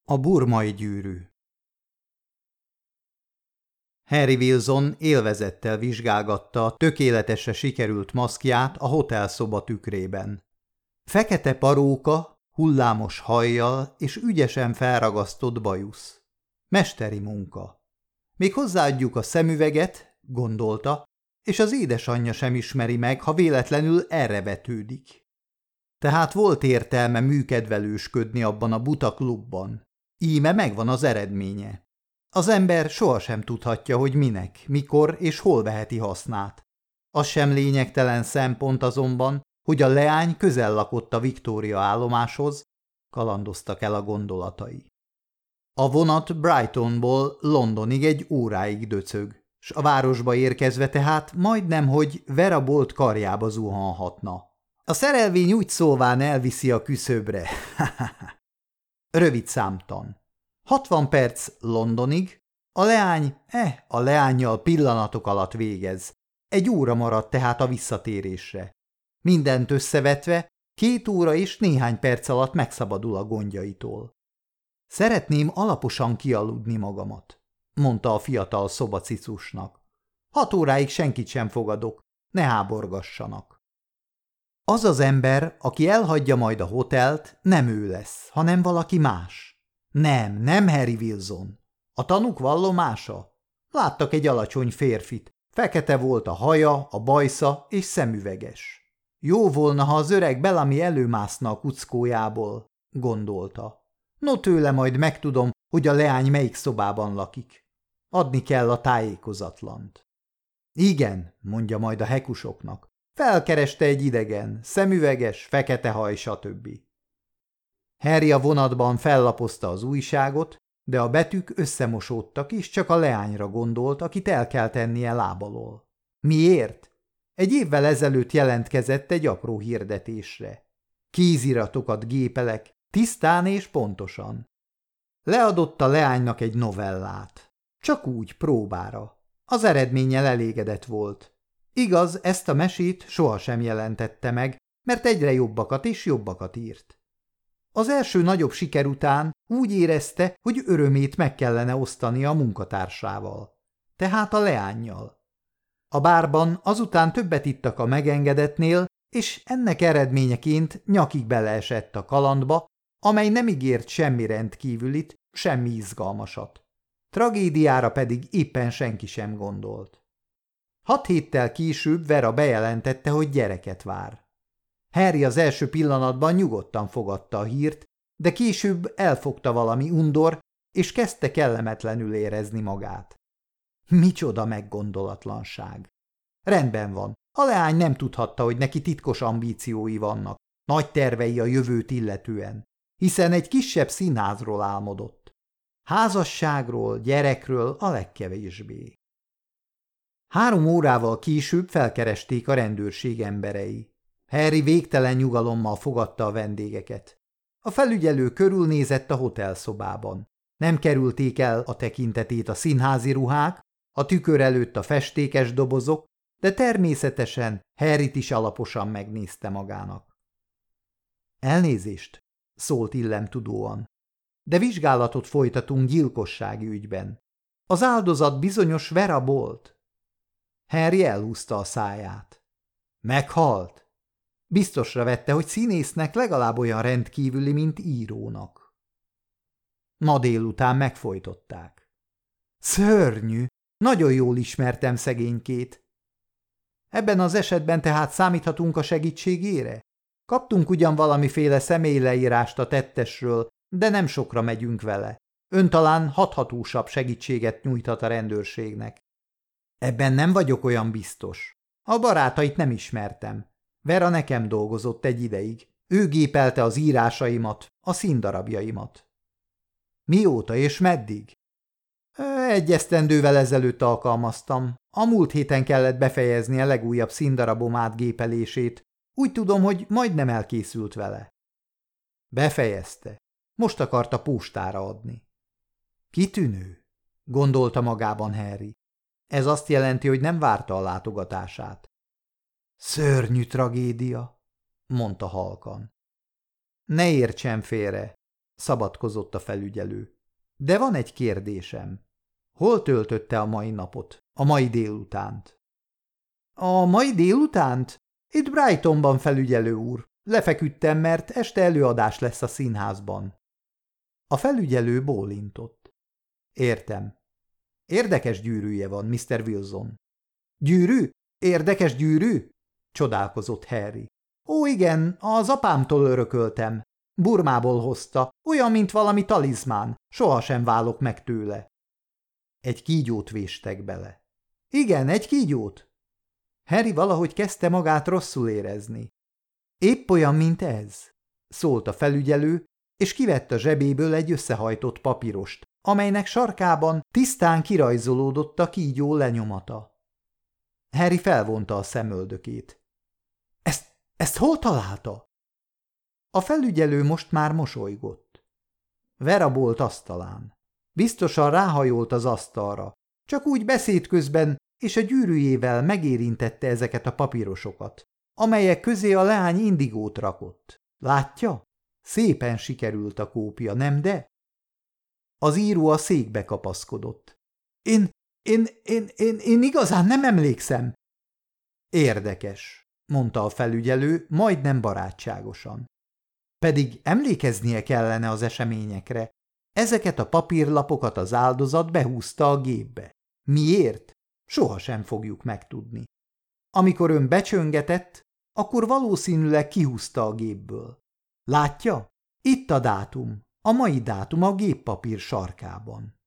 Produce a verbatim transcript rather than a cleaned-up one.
A burmai gyűrű. Harry Wilson élvezettel vizsgálgatta a tökéletesre sikerült maszkját a hotelszoba tükrében. Fekete paróka, hullámos hajjal és ügyesen felragasztott bajusz. Mesteri munka. Még hozzáadjuk a szemüveget, gondolta, és az édesanyja sem ismeri meg, ha véletlenül erre vetődik. Tehát volt értelme műkedvelősködni abban a buta klubban. Íme megvan az eredménye. Az ember sohasem tudhatja, hogy minek, mikor és hol veheti hasznát. Az sem lényegtelen szempont azonban, hogy a leány közel lakott a Victoria állomáshoz, kalandoztak el a gondolatai. A vonat Brightonból Londonig egy óráig döcög, s a városba érkezve tehát majdnem, hogy Vera Bolt karjába zuhanhatna. A szerelvény úgy szólván elviszi a küszöbre. Rövid számtan. Hatvan perc Londonig, a leány, eh, a leánnyal pillanatok alatt végez. Egy óra maradt tehát a visszatérésre. Mindent összevetve, két óra és néhány perc alatt megszabadul a gondjaitól. Szeretném alaposan kialudni magamat, mondta a fiatal szobacicusnak. Hat óráig senkit sem fogadok, ne háborgassanak. Az az ember, aki elhagyja majd a hotelt, nem ő lesz, hanem valaki más. Nem, nem Harry Wilson. A tanúk vallomása? Láttak egy alacsony férfit. Fekete volt a haja, a bajsza és szemüveges. Jó volna, ha az öreg Bellamy előmászna a kuckójából, gondolta. No tőle majd megtudom, hogy a leány melyik szobában lakik. Adni kell a tájékozatlant. Igen, mondja majd a hekusoknak. Felkereste egy idegen, szemüveges, fekete haj, stb. Harry a vonatban fellapozta az újságot, de a betűk összemosódtak, és csak a leányra gondolt, akit el kell tennie lábalól. Miért? Egy évvel ezelőtt jelentkezett egy apró hirdetésre. Kéziratokat gépelek, tisztán és pontosan. Leadott a leánynak egy novellát. Csak úgy, próbára. Az eredménnyel elégedett volt. Igaz, ezt a mesét sohasem jelentette meg, mert egyre jobbakat és jobbakat írt. Az első nagyobb siker után úgy érezte, hogy örömét meg kellene osztani a munkatársával. Tehát a leánnyal. A bárban azután többet ittak a megengedetnél, és ennek eredményeként nyakig beleesett a kalandba, amely nem ígért semmi rendkívülit, semmi izgalmasat. Tragédiára pedig éppen senki sem gondolt. Hat héttel később Vera bejelentette, hogy gyereket vár. Harry az első pillanatban nyugodtan fogadta a hírt, de később elfogta valami undor, és kezdte kellemetlenül érezni magát. Micsoda meggondolatlanság! Rendben van, a leány nem tudhatta, hogy neki titkos ambíciói vannak, nagy tervei a jövőt illetően, hiszen egy kisebb színházról álmodott. Házasságról, gyerekről a legkevésbé. Három órával később felkeresték a rendőrség emberei. Harry végtelen nyugalommal fogadta a vendégeket. A felügyelő körülnézett a hotelszobában. Nem kerülték el a tekintetét a színházi ruhák, a tükör előtt a festékes dobozok, de természetesen Harryt is alaposan megnézte magának. Elnézést, szólt illemtudóan, de vizsgálatot folytatunk gyilkossági ügyben. Az áldozat bizonyos Vera Bolt. Harry elhúzta a száját. Meghalt? Biztosra vette, hogy színésznek legalább olyan rendkívüli, mint írónak. Ma délután megfojtották. Szörnyű! Nagyon jól ismertem szegénykét. Ebben az esetben tehát számíthatunk a segítségére? Kaptunk ugyan valamiféle személyleírást a tettesről, de nem sokra megyünk vele. Ön talán hathatósabb segítséget nyújthat a rendőrségnek. Ebben nem vagyok olyan biztos. A barátait nem ismertem. Vera nekem dolgozott egy ideig. Ő gépelte az írásaimat, a színdarabjaimat. Mióta és meddig? Egy esztendővel ezelőtt alkalmaztam. A múlt héten kellett befejezni a legújabb színdarabom átgépelését. Úgy tudom, hogy majdnem elkészült vele. Befejezte. Most akarta postára adni. Kitűnő, gondolta magában Harry. Ez azt jelenti, hogy nem várta a látogatását. Szörnyű tragédia, mondta halkan. Ne értsen félre. szabadkozott a felügyelő. De van egy kérdésem. Hol töltötte a mai napot, a mai délutánt? A mai délutánt? Itt Brightonban, felügyelő úr. Lefeküdtem, mert este előadás lesz a színházban. A felügyelő bólintott. Értem. Érdekes gyűrűje van, miszter Wilson. Gyűrű? Érdekes gyűrű? Csodálkozott Harry. Ó, igen, az apámtól örököltem. Burmából hozta, olyan, mint valami talizmán, sohasem válok meg tőle. Egy kígyót véstek bele. Igen, egy kígyót. Harry valahogy kezdte magát rosszul érezni. Épp olyan, mint ez, szólt a felügyelő, és kivett a zsebéből egy összehajtott papírost, amelynek sarkában tisztán kirajzolódott a kígyó lenyomata. Harry felvonta a szemöldökét. Ezt, ezt hol találta? A felügyelő most már mosolygott. Vera Bolt asztalán. Biztosan ráhajolt az asztalra, csak úgy beszéd közben, és a gyűrűjével megérintette ezeket a papírosokat, amelyek közé a leány indigót rakott. Látja? Szépen sikerült a kópia, nem de? Az író a székbe kapaszkodott. Én, én, én, én, én igazán nem emlékszem. Érdekes, mondta a felügyelő, majdnem barátságosan. Pedig emlékeznie kellene az eseményekre. Ezeket a papírlapokat az áldozat behúzta a gépbe. Miért? Sohasem fogjuk megtudni. Amikor ön becsöngetett, akkor valószínűleg kihúzta a gépből. Látja? Itt a dátum, a mai dátum a géppapír sarkában.